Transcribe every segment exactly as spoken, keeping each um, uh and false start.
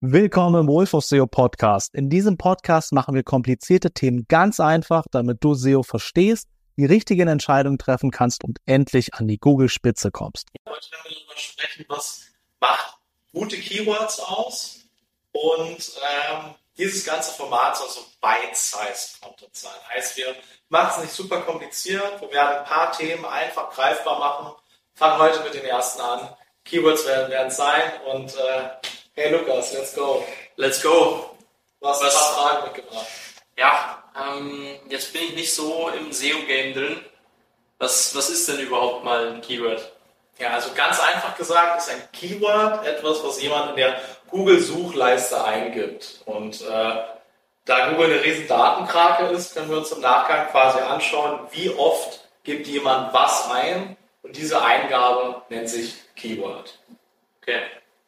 Willkommen im Wolf of S E O Podcast. In diesem Podcast machen wir komplizierte Themen ganz einfach, damit du S E O verstehst, die richtigen Entscheidungen treffen kannst und endlich an die Google-Spitze kommst. Heute werden wir darüber sprechen, was macht gute Keywords aus, und ähm, dieses ganze Format soll so bite-sized Content sein. Heißt, wir machen es nicht super kompliziert, wir werden ein paar Themen einfach greifbar machen, fangen heute mit den ersten an. Keywords werden es sein und äh, hey Lukas, let's go. Let's go. Du hast Was? ein paar Fragen mitgebracht. Ja, ähm, jetzt bin ich nicht so im S E O-Game drin. Was, was ist denn überhaupt mal ein Keyword? Ja, also ganz einfach gesagt ist ein Keyword etwas, was jemand in der Google-Suchleiste eingibt. Und äh, da Google eine riesen Datenkrake ist, können wir uns im Nachgang quasi anschauen, wie oft gibt jemand was ein, und diese Eingabe nennt sich Keyword. Okay.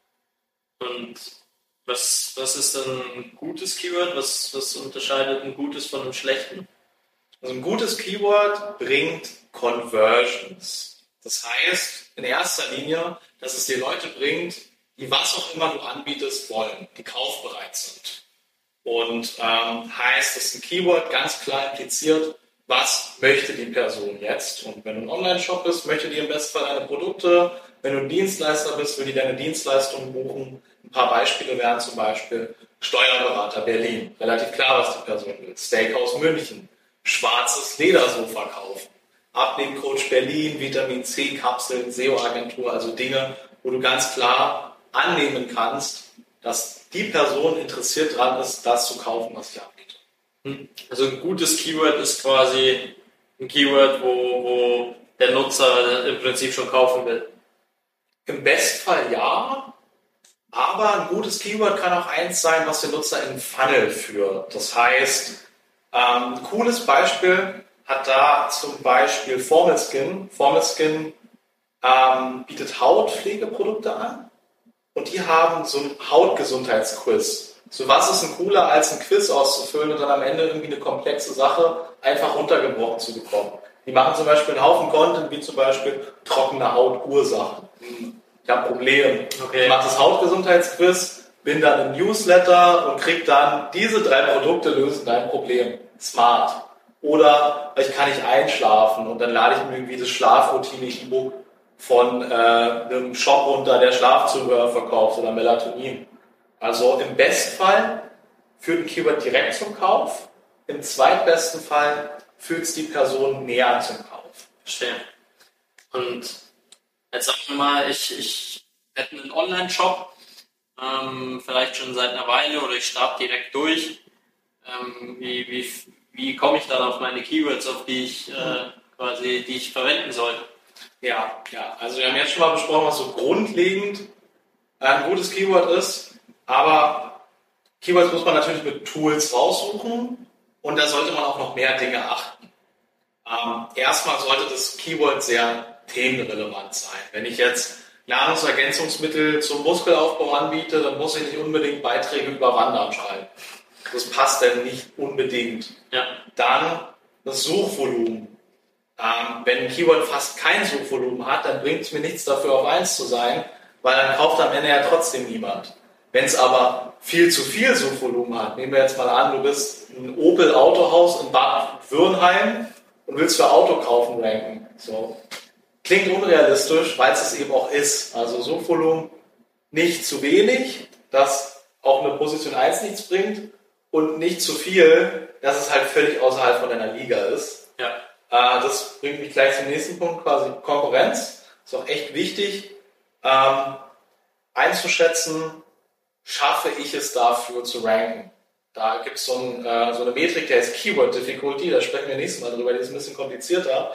Und was, was ist denn ein gutes Keyword? Was, was unterscheidet ein gutes von einem schlechten? Also ein gutes Keyword bringt Conversions. Das heißt in erster Linie, dass es dir Leute bringt, die was auch immer du anbietest wollen, die kaufbereit sind. Und ähm, heißt, dass ein Keyword ganz klar impliziert, was möchte die Person jetzt. Und wenn du ein Online-Shop bist, möchte die im besten Fall deine Produkte. Wenn du ein Dienstleister bist, will die deine Dienstleistung buchen. Ein paar Beispiele wären zum Beispiel Steuerberater Berlin. Relativ klar, was die Person will. Steakhouse München. Schwarzes Ledersofa kaufen. Abnehmcoach Berlin, Vitamin C-Kapseln, S E O-Agentur. Also Dinge, wo du ganz klar annehmen kannst, dass die Person interessiert daran ist, das zu kaufen, was ich anbiete. Also ein gutes Keyword ist quasi ein Keyword, wo, wo der Nutzer im Prinzip schon kaufen will. Im Bestfall ja, aber ein gutes Keyword kann auch eins sein, was den Nutzer in den Funnel führt. Das heißt, ähm, ein cooles Beispiel hat da zum Beispiel Formelskin. Formelskin ähm, bietet Hautpflegeprodukte an, und die haben so einen Hautgesundheitsquiz. So, was ist ein cooler, als ein Quiz auszufüllen und dann am Ende irgendwie eine komplexe Sache einfach runtergebrochen zu bekommen. Die machen zum Beispiel einen Haufen Content, wie zum Beispiel trockene Hautursachen. Ich habe ein Problem. Okay. Ich mache das Hautgesundheitsquiz, bin dann im Newsletter und kriege dann, diese drei Produkte lösen dein Problem. Smart. Oder ich kann nicht einschlafen, und dann lade ich mir irgendwie das Schlafroutine-E-Book von äh, einem Shop runter, der Schlafzubehör verkauft, oder Melatonin. Also im Bestfall führt ein Keyword direkt zum Kauf, im zweitbesten Fall führt es die Person näher zum Kauf. Verstehe. Und jetzt sagen wir mal, ich, ich hätte einen Online-Shop, ähm, vielleicht schon seit einer Weile, oder ich starte direkt durch. Ähm, wie, wie, wie komme ich dann auf meine Keywords, auf die ich äh, quasi, die ich verwenden soll? Ja, ja, also wir haben jetzt schon mal besprochen, was so grundlegend ein gutes Keyword ist, aber Keywords muss man natürlich mit Tools raussuchen, und da sollte man auch noch mehr Dinge achten. Ähm, erstmal sollte das Keyword sehr themenrelevant sein. Wenn ich jetzt Nahrungsergänzungsmittel zum Muskelaufbau anbiete, dann muss ich nicht unbedingt Beiträge über Wandern schreiben. Das passt dann nicht unbedingt. Ja. Dann das Suchvolumen. Ähm, wenn ein Keyword fast kein Suchvolumen hat, dann bringt es mir nichts dafür, auf eins zu sein, weil dann kauft am Ende ja trotzdem niemand. Wenn es aber viel zu viel Suchvolumen hat, nehmen wir jetzt mal an, du bist ein Opel-Autohaus in Bad Würnheim und willst für Auto kaufen ranken. So. Klingt unrealistisch, weil es es eben auch ist. Also Suchvolumen nicht zu wenig, dass auch eine Position eins nichts bringt, und nicht zu viel, dass es halt völlig außerhalb von deiner Liga ist. Ja. Äh, das bringt mich gleich zum nächsten Punkt, quasi Konkurrenz. Ist auch echt wichtig, ähm, einzuschätzen, schaffe ich es dafür zu ranken. Da gibt es so, ein, äh, so eine Metrik, die heißt Keyword Difficulty, da sprechen wir nächstes Mal drüber, die ist ein bisschen komplizierter,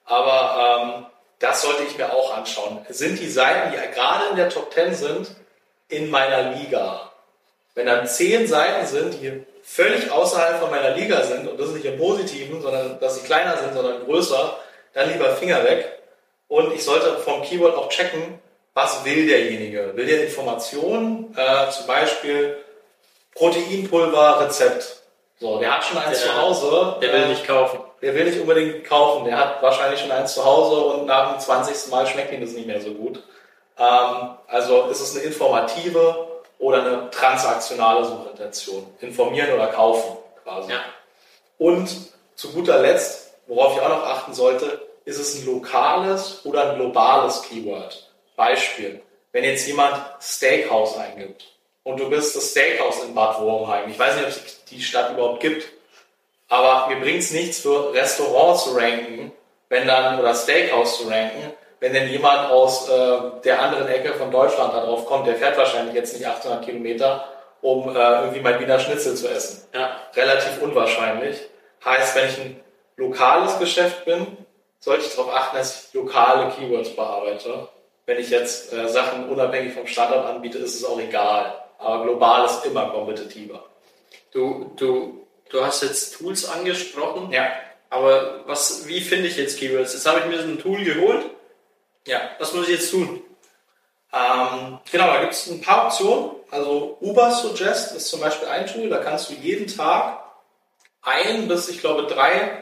aber ähm, das sollte ich mir auch anschauen. Sind die Seiten, die gerade in der Top zehn sind, in meiner Liga? Wenn dann zehn Seiten sind, die völlig außerhalb von meiner Liga sind, und das ist nicht im Positiven, sondern dass sie kleiner sind, sondern größer, dann lieber Finger weg. Und ich sollte vom Keyword auch checken, was will derjenige? Will der Informationen? Äh, zum Beispiel Proteinpulver, Rezept. So, der hat schon eins Der- zu Hause. Der will äh, nicht kaufen. Der will nicht unbedingt kaufen. Der hat wahrscheinlich schon eins zu Hause, und nach dem zwanzigsten Mal schmeckt ihm das nicht mehr so gut. Ähm, also ist es eine informative oder eine transaktionale Suchintention. Informieren oder kaufen quasi. Ja. Und zu guter Letzt, worauf ich auch noch achten sollte, ist es ein lokales oder ein globales Keyword. Beispiel, wenn jetzt jemand Steakhouse eingibt und du bist das Steakhouse in Bad Wurmheim, ich weiß nicht, ob es die Stadt überhaupt gibt, aber mir bringt es nichts für Restaurant zu ranken, wenn dann, oder Steakhouse zu ranken, wenn denn jemand aus äh, der anderen Ecke von Deutschland da drauf kommt, der fährt wahrscheinlich jetzt nicht achthundert Kilometer, um äh, irgendwie mein Wiener Schnitzel zu essen. Ja. Relativ unwahrscheinlich. Heißt, wenn ich ein lokales Geschäft bin, sollte ich darauf achten, dass ich lokale Keywords bearbeite. Wenn ich jetzt äh, Sachen unabhängig vom Standort anbiete, ist es auch egal. Aber global ist immer kompetitiver. Du, du, du hast jetzt Tools angesprochen. Ja. Aber was, wie finde ich jetzt Keywords? Jetzt habe ich mir so ein Tool geholt. Ja. Was muss ich jetzt tun? Ähm, genau, da gibt es ein paar Optionen. Also Ubersuggest ist zum Beispiel ein Tool, da kannst du jeden Tag ein bis, ich glaube, drei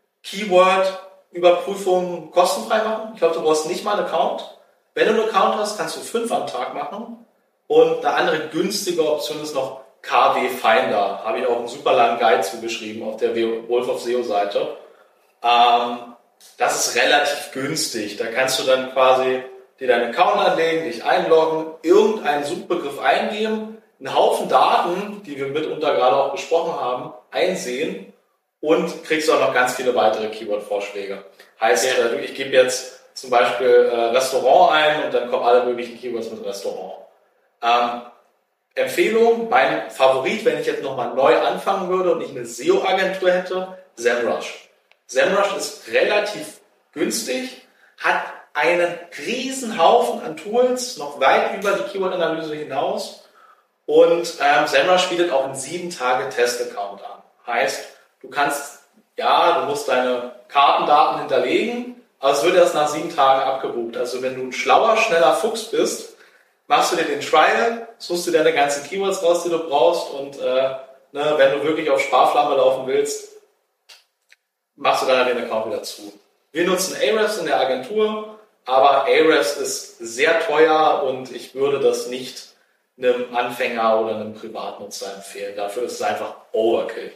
Keyword-Überprüfungen kostenfrei machen. Ich glaube, du brauchst nicht mal einen Account. Wenn du einen Account hast, kannst du fünf am Tag machen. Und eine andere günstige Option ist noch K W Finder. Habe ich auch einen super langen Guide zugeschrieben auf der Wolf of S E O Seite. Ähm, das ist relativ günstig. Da kannst du dann quasi dir deinen Account anlegen, dich einloggen, irgendeinen Suchbegriff eingeben, einen Haufen Daten, die wir mitunter gerade auch besprochen haben, einsehen und kriegst auch noch ganz viele weitere Keyword-Vorschläge. Heißt, ja. ich gebe jetzt zum Beispiel äh, Restaurant ein und dann kommen alle möglichen Keywords mit Restaurant. Ähm, Empfehlung, mein Favorit, wenn ich jetzt nochmal neu anfangen würde und nicht eine S E O-Agentur hätte, SEMrush. SEMrush ist relativ günstig, hat einen riesen Haufen an Tools, noch weit über die Keyword-Analyse hinaus. Und ähm, SEMrush bietet auch einen sieben Tage Test-Account an. Heißt, du kannst, ja, du musst deine Kartendaten hinterlegen, aber es wird erst nach sieben Tagen abgebucht. Also wenn du ein schlauer, schneller Fuchs bist, machst du dir den Trial, suchst du deine ganzen Keywords raus, die du brauchst und äh, ne, wenn du wirklich auf Sparflamme laufen willst, machst du dann den Account wieder zu. Wir nutzen Ahrefs in der Agentur, aber Ahrefs ist sehr teuer und ich würde das nicht einem Anfänger oder einem Privatnutzer empfehlen. Dafür ist es einfach Overkill.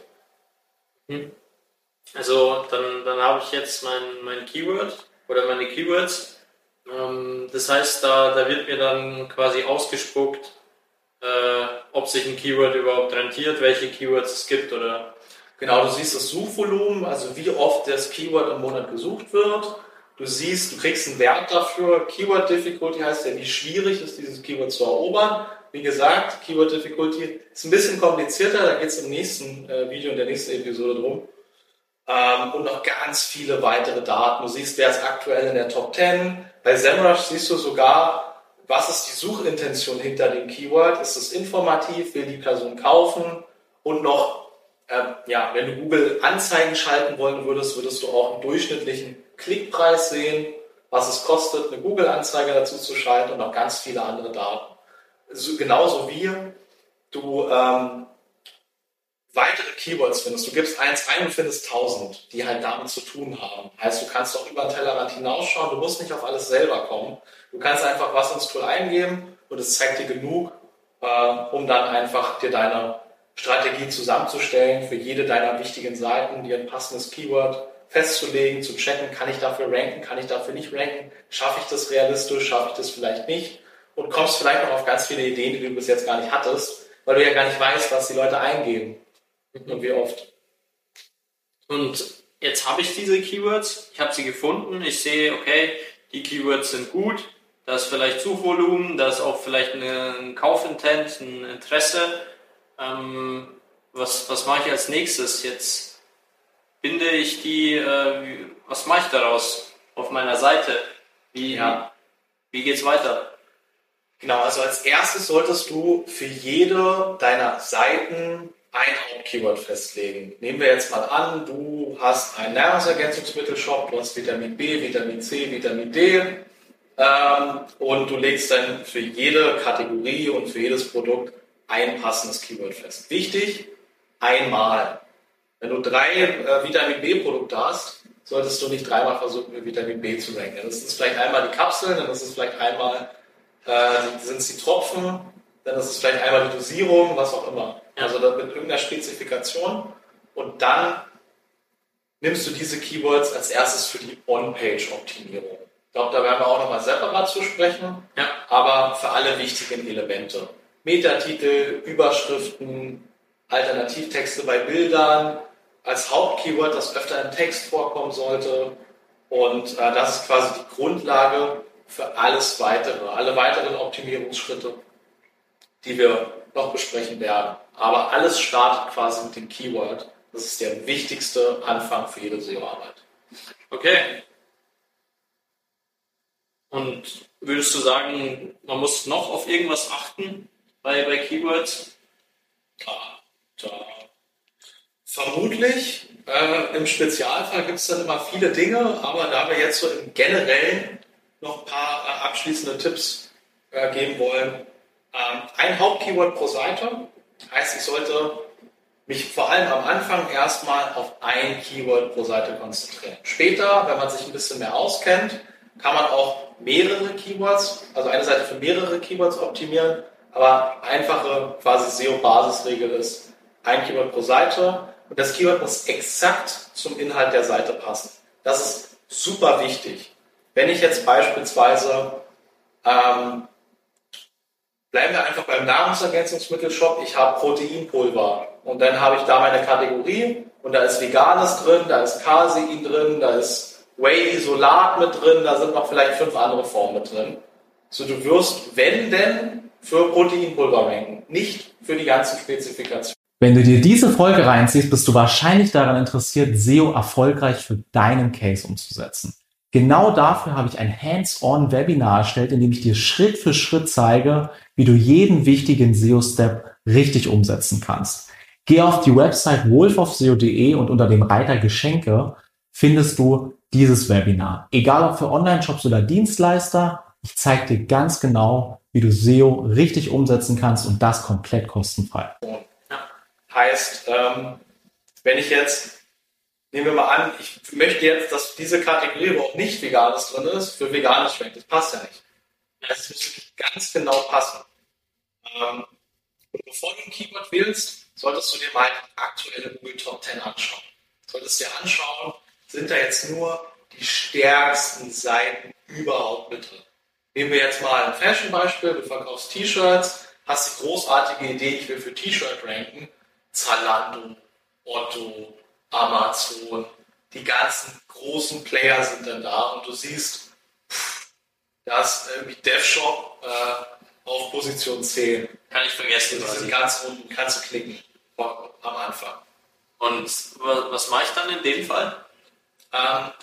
Also dann, dann habe ich jetzt mein, mein Keyword oder meine Keywords. Ähm, das heißt, da, da wird mir dann quasi ausgespuckt, äh, ob sich ein Keyword überhaupt rentiert, welche Keywords es gibt oder... Genau, du siehst das Suchvolumen, also wie oft das Keyword im Monat gesucht wird. Du siehst, du kriegst einen Wert dafür. Keyword Difficulty heißt ja, wie schwierig ist dieses Keyword zu erobern. Wie gesagt, Keyword Difficulty ist ein bisschen komplizierter, da geht es im nächsten äh, Video, in der nächsten Episode drum. Ähm, und noch ganz viele weitere Daten. Du siehst, wer ist aktuell in der Top zehn. Bei SEMrush siehst du sogar, was ist die Suchintention hinter dem Keyword. Ist es informativ, will die Person kaufen? Und noch, äh, ja, wenn du Google Anzeigen schalten wollen würdest, würdest du auch einen durchschnittlichen Klickpreis sehen, was es kostet, eine Google-Anzeige dazu zu schalten und noch ganz viele andere Daten. So, genauso wie du ähm, weitere Keywords findest. Du gibst eins ein und findest tausend, die halt damit zu tun haben. Heißt, du kannst auch über den Tellerrand hinausschauen, du musst nicht auf alles selber kommen. Du kannst einfach was ins Tool eingeben und es zeigt dir genug, äh, um dann einfach dir deine Strategie zusammenzustellen, für jede deiner wichtigen Seiten, dir ein passendes Keyword festzulegen, zu checken, kann ich dafür ranken, kann ich dafür nicht ranken, schaffe ich das realistisch, schaffe ich das vielleicht nicht und kommst vielleicht noch auf ganz viele Ideen, die du bis jetzt gar nicht hattest, weil du ja gar nicht weißt, was die Leute eingeben und wie oft. Und jetzt habe ich diese Keywords, ich habe sie gefunden, ich sehe, okay, die Keywords sind gut, da ist vielleicht Suchvolumen, da ist auch vielleicht ein Kaufintent, ein Interesse. Ähm, was, was mache ich als nächstes? Jetzt binde ich die, äh, was mache ich daraus auf meiner Seite? Wie, Ja. wie geht's weiter? Genau, also als erstes solltest du für jede deiner Seiten ein Hauptkeyword festlegen. Nehmen wir jetzt mal an, du hast einen Nahrungsergänzungsmittelshop, du hast Vitamin B, Vitamin C, Vitamin D ähm, und du legst dann für jede Kategorie und für jedes Produkt ein passendes Keyword fest. Wichtig, einmal. Wenn du drei äh, Vitamin B-Produkte hast, solltest du nicht dreimal versuchen, mit Vitamin B zu ranken. Das ist vielleicht einmal die Kapseln, dann ist es vielleicht einmal, äh, sind es die Tropfen dann ist es vielleicht einmal die Dosierung, was auch immer. Ja. Also mit irgendeiner Spezifikation und dann nimmst du diese Keywords als erstes für die On-Page-Optimierung. Ich glaube, da werden wir auch nochmal separat zu sprechen, Ja. aber für alle wichtigen Elemente. Metatitel, Überschriften, Alternativtexte bei Bildern, als Hauptkeyword, das öfter im Text vorkommen sollte. Und äh, das ist quasi die Grundlage für alles Weitere, alle weiteren Optimierungsschritte, die wir noch besprechen werden. Aber alles startet quasi mit dem Keyword. Das ist der wichtigste Anfang für jede S E O-Arbeit. Okay. Und würdest du sagen, man muss noch auf irgendwas achten bei, bei Keywords? Da, da. Vermutlich. Äh, Im Spezialfall gibt es dann immer viele Dinge, aber da wir jetzt so im Generellen noch ein paar äh, abschließende Tipps äh, geben wollen. Ähm, ein Hauptkeyword pro Seite heißt, ich sollte mich vor allem am Anfang erstmal auf ein Keyword pro Seite konzentrieren. Später, wenn man sich ein bisschen mehr auskennt, kann man auch mehrere Keywords, also eine Seite für mehrere Keywords optimieren, aber einfache quasi S E O-Basisregel ist ein Keyword pro Seite und das Keyword muss exakt zum Inhalt der Seite passen. Das ist super wichtig. Wenn ich jetzt beispielsweise, ähm, bleiben wir einfach beim Nahrungsergänzungsmittelshop, ich habe Proteinpulver und dann habe ich da meine Kategorie und da ist Veganes drin, da ist Casein drin, da ist Whey-Isolat mit drin, da sind noch vielleicht fünf andere Formen mit drin. So, du wirst, wenn denn, für Proteinpulver ranken, nicht für die ganzen Spezifikationen. Wenn du dir diese Folge reinziehst, bist du wahrscheinlich daran interessiert, S E O erfolgreich für deinen Case umzusetzen. Genau dafür habe ich ein Hands-on-Webinar erstellt, in dem ich dir Schritt für Schritt zeige, wie du jeden wichtigen S E O-Step richtig umsetzen kannst. Geh auf die Website wolf of S E O punkt de und unter dem Reiter Geschenke findest du dieses Webinar. Egal ob für Online-Shops oder Dienstleister, ich zeige dir ganz genau, wie du S E O richtig umsetzen kannst und das komplett kostenfrei. Heißt, ähm, wenn ich jetzt, nehmen wir mal an, ich möchte jetzt, dass diese Kategorie, wo auch nicht Veganes drin ist, für Veganes schmeckt. Das passt ja nicht. Das muss wirklich ganz genau passen. Ähm, und bevor du ein Keyword wählst, solltest du dir mal die aktuelle Google Top zehn anschauen. Solltest dir anschauen, sind da jetzt nur die stärksten Seiten überhaupt mit drin. Nehmen wir jetzt mal ein Fashion-Beispiel, du verkaufst T-Shirts, hast die großartige Idee, ich will für T-Shirt ranken, Zalando, Otto, Amazon, die ganzen großen Player sind dann da und du siehst, pff, da ist irgendwie DevShop äh, auf Position zehn. Kann ich vergessen. Die sind ganz unten, kannst du klicken vor, am Anfang. Und was mache ich dann in dem Fall? Ähm,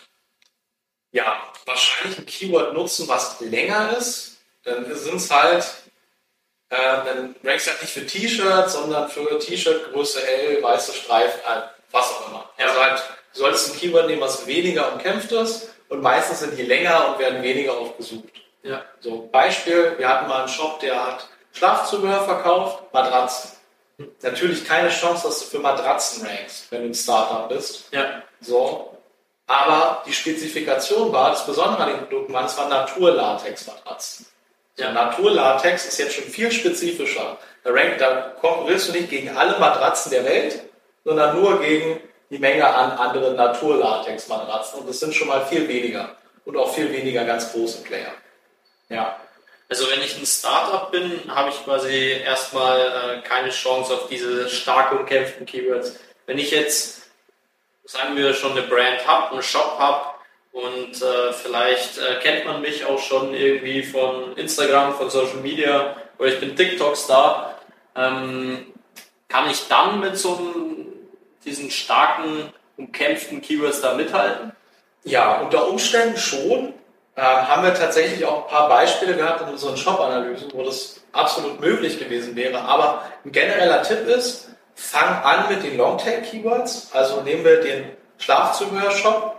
ja, wahrscheinlich ein Keyword nutzen, was länger ist. Dann sind es halt, äh, dann rankst du halt nicht für T-Shirt, sondern für T-Shirt Größe L, weiße Streifen, äh, was auch immer. Ja. Also halt, du solltest ein Keyword nehmen, was weniger umkämpft ist und meistens sind die länger und werden weniger aufgesucht. Ja. So, Beispiel, wir hatten mal einen Shop, der hat Schlafzubehör verkauft, Matratzen. Natürlich keine Chance, dass du für Matratzen rankst, wenn du ein Startup bist. Ja. So. Aber die Spezifikation war, das Besondere an den Produkten war, es waren Naturlatex-Matratzen. So, Ja. Naturlatex ist jetzt schon viel spezifischer. Da, rank, da konkurrierst du nicht gegen alle Matratzen der Welt, sondern nur gegen die Menge an anderen Naturlatex-Matratzen. Und das sind schon mal viel weniger. Und auch viel weniger ganz große Player. Ja. Also wenn ich ein Startup bin, habe ich quasi erstmal äh, keine Chance auf diese stark umkämpften Keywords. Wenn ich jetzt, sagen wir, schon eine Brand habe, einen Shop habe und äh, vielleicht äh, kennt man mich auch schon irgendwie von Instagram, von Social Media oder ich bin TikTok-Star, ähm, kann ich dann mit so einem, diesen starken, umkämpften Keywords da mithalten? Ja, unter Umständen schon. Ähm, haben wir tatsächlich auch ein paar Beispiele gehabt in unseren Shop-Analysen, wo das absolut möglich gewesen wäre. Aber ein genereller Tipp ist, fang an mit den Longtail-Keywords. Also nehmen wir den Schlafzubehör-Shop,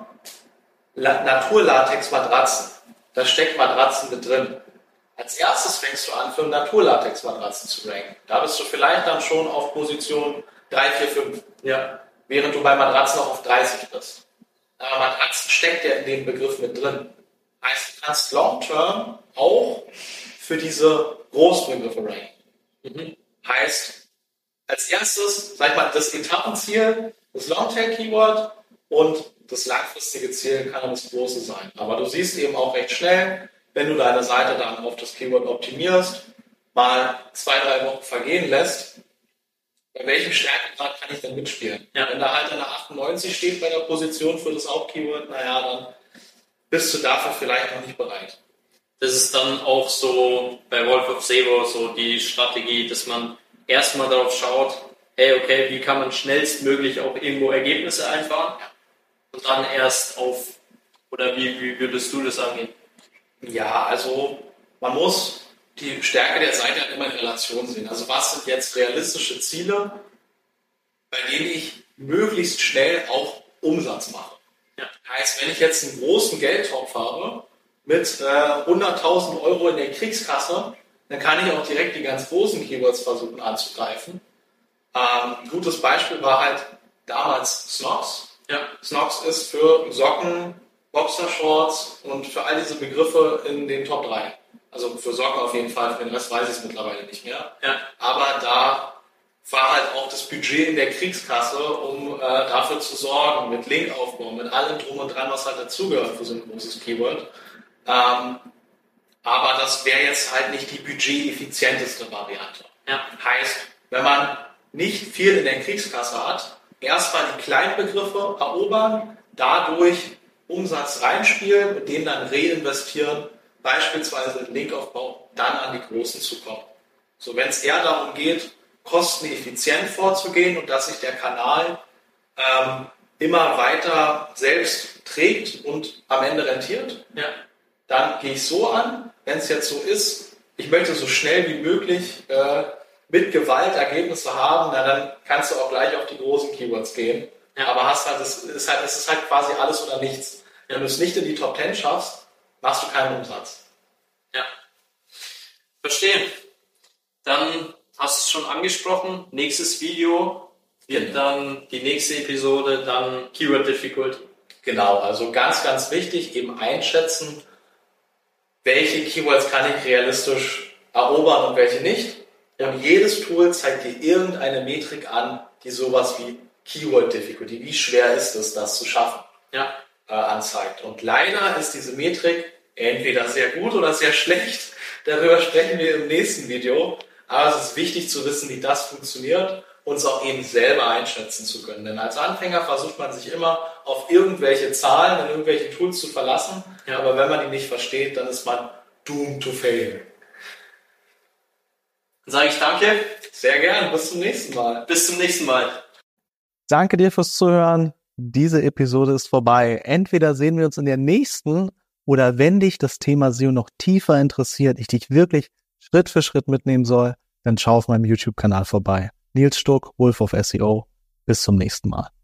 Naturlatex-Matratzen. Da steckt Matratzen mit drin. Als erstes fängst du an, für Naturlatex-Matratzen zu ranken. Da bist du vielleicht dann schon auf Position drei, vier, fünf. Ja. Während du bei Matratzen noch auf dreißig bist. Aber Matratzen steckt ja in dem Begriff mit drin. Heißt, du kannst long-term auch für diese großen Begriffe ranken. Mhm. Heißt, als erstes, sag ich mal, das Etappenziel, das Longtail-Keyword und das langfristige Ziel kann das große sein. Aber du siehst eben auch recht schnell, wenn du deine Seite dann auf das Keyword optimierst, mal zwei, drei Wochen vergehen lässt, bei welchem Stärkegrad kann ich denn mitspielen? Ja. Wenn da halt eine achtundneunzig steht bei der Position für das Hauptkeyword, naja, dann bist du dafür vielleicht noch nicht bereit. Das ist dann auch so bei Wolf of S E O so die Strategie, dass man erstmal darauf schaut, hey, okay, wie kann man schnellstmöglich auch irgendwo Ergebnisse einfahren und dann erst auf, oder wie, wie würdest du das angehen? Ja, also man muss die Stärke der Seite halt immer in Relation sehen. Also was sind jetzt realistische Ziele, bei denen ich möglichst schnell auch Umsatz mache. Ja. Heißt, wenn ich jetzt einen großen Geldtopf habe mit äh, hunderttausend Euro in der Kriegskasse, dann kann ich auch direkt die ganz großen Keywords versuchen anzugreifen. Ähm, ein gutes Beispiel war halt damals Snox. Ja. Snox ist für Socken, Boxershorts und für all diese Begriffe in den Top drei. Also für Socken auf jeden Fall, für den Rest weiß ich es mittlerweile nicht mehr. Ja. Aber da war halt auch das Budget in der Kriegskasse, um äh, dafür zu sorgen, mit Linkaufbau, mit allem drum und dran, was halt dazugehört für so ein großes Keyword. Ähm, aber das wäre jetzt halt nicht die budgeteffizienteste Variante. Ja. Heißt, wenn man nicht viel in der Kriegskasse hat, erstmal die kleinen Begriffe erobern, dadurch Umsatz reinspielen und den dann reinvestieren, beispielsweise in Linkaufbau, dann an die großen zu kommen. So, wenn es eher darum geht, kosteneffizient vorzugehen und dass sich der Kanal ähm, immer weiter selbst trägt und am Ende rentiert, ja, dann gehe ich so an. Wenn es jetzt so ist, ich möchte so schnell wie möglich äh, mit Gewalt Ergebnisse haben, na, dann kannst du auch gleich auf die großen Keywords gehen. Ja. Aber hast halt, das ist halt, es ist halt quasi alles oder nichts. Wenn du es nicht in die Top Ten schaffst, machst du keinen Umsatz. Ja, verstehe. Dann hast du es schon angesprochen, nächstes Video wird genau. dann die nächste Episode, dann Keyword Difficulty. Genau, also ganz, ganz wichtig, eben einschätzen, welche Keywords kann ich realistisch erobern und welche nicht. Und jedes Tool zeigt dir irgendeine Metrik an, die sowas wie Keyword Difficulty, wie schwer ist es, das zu schaffen, ja. äh, anzeigt. Und leider ist diese Metrik entweder sehr gut oder sehr schlecht. Darüber sprechen wir im nächsten Video. Aber es ist wichtig zu wissen, wie das funktioniert und es auch eben selber einschätzen zu können. Denn als Anfänger versucht man sich immer auf irgendwelche Zahlen in irgendwelchen Tools zu verlassen. Ja. Aber wenn man die nicht versteht, dann ist man doomed to fail. Dann sage ich danke. Sehr gern. Bis zum nächsten Mal. Bis zum nächsten Mal. Danke dir fürs Zuhören. Diese Episode ist vorbei. Entweder sehen wir uns in der nächsten oder wenn dich das Thema S E O noch tiefer interessiert, ich dich wirklich Schritt für Schritt mitnehmen soll, dann schau auf meinem YouTube-Kanal vorbei. Nils Stuck, Wolf of S E O. Bis zum nächsten Mal.